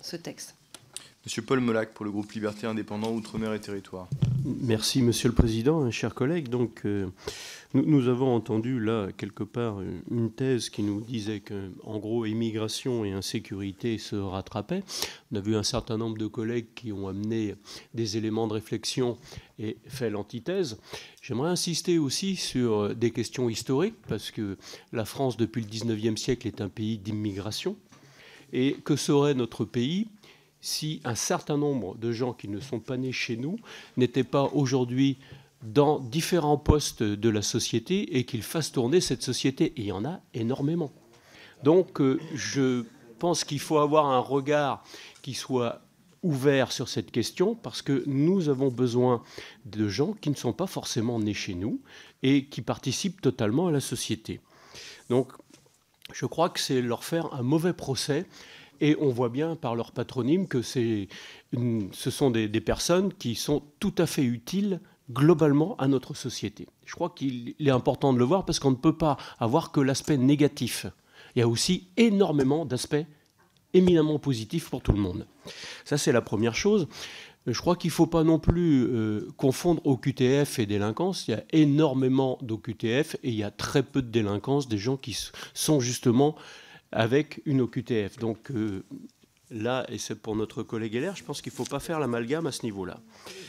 ce texte. Monsieur Paul Molac pour le groupe Liberté Indépendant Outre-mer et Territoires. Merci Monsieur le Président, chers collègues. Donc, nous avons entendu là quelque part une thèse qui nous disait que, en gros, immigration et insécurité se rattrapaient. On a vu un certain nombre de collègues qui ont amené des éléments de réflexion et fait l'antithèse. J'aimerais insister aussi sur des questions historiques parce que la France depuis le 19e siècle est un pays d'immigration. Et que serait notre pays si un certain nombre de gens qui ne sont pas nés chez nous n'étaient pas aujourd'hui dans différents postes de la société et qu'ils fassent tourner cette société. Et il y en a énormément. Donc je pense qu'il faut avoir un regard qui soit ouvert sur cette question parce que nous avons besoin de gens qui ne sont pas forcément nés chez nous et qui participent totalement à la société. Donc je crois que c'est leur faire un mauvais procès. Et on voit bien par leur patronyme que ce sont des personnes qui sont tout à fait utiles globalement à notre société. Je crois qu'il est important de le voir parce qu'on ne peut pas avoir que l'aspect négatif. Il y a aussi énormément d'aspects éminemment positifs pour tout le monde. Ça, c'est la première chose. Je crois qu'il ne faut pas non plus confondre OQTF et délinquance. Il y a énormément d'OQTF et il y a très peu de délinquance, des gens qui sont justement avec une OQTF. Donc là, et c'est pour notre collègue LR, je pense qu'il ne faut pas faire l'amalgame à ce niveau-là.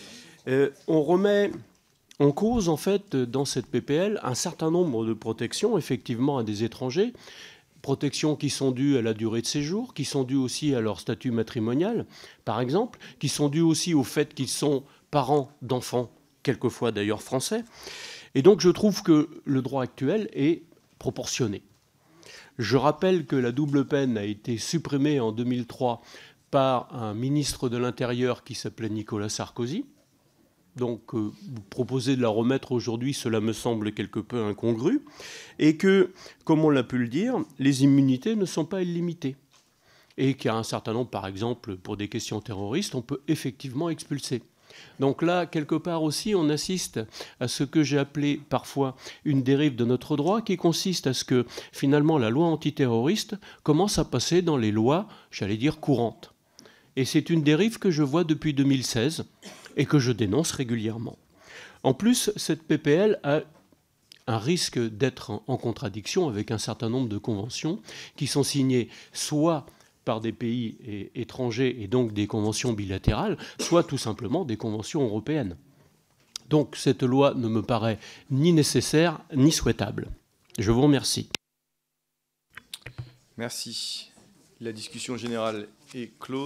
On remet en cause, en fait, dans cette PPL, un certain nombre de protections, effectivement, à des étrangers, protections qui sont dues à la durée de séjour, qui sont dues aussi à leur statut matrimonial, par exemple, qui sont dues aussi au fait qu'ils sont parents d'enfants, quelquefois d'ailleurs français. Et donc je trouve que le droit actuel est proportionné. Je rappelle que la double peine a été supprimée en 2003 par un ministre de l'Intérieur qui s'appelait Nicolas Sarkozy. Donc, vous proposez de la remettre aujourd'hui, cela me semble quelque peu incongru. Et que, comme on l'a pu le dire, les immunités ne sont pas illimitées. Et qu'il y a un certain nombre, par exemple, pour des questions terroristes, on peut effectivement expulser. Donc là, quelque part aussi, on assiste à ce que j'ai appelé parfois une dérive de notre droit, qui consiste à ce que, finalement, la loi antiterroriste commence à passer dans les lois, j'allais dire, courantes. Et c'est une dérive que je vois depuis 2016 et que je dénonce régulièrement. En plus, cette PPL a un risque d'être en contradiction avec un certain nombre de conventions qui sont signées soit par des pays étrangers et donc des conventions bilatérales, soit tout simplement des conventions européennes. Donc cette loi ne me paraît ni nécessaire ni souhaitable. Je vous remercie. Merci. La discussion générale est close.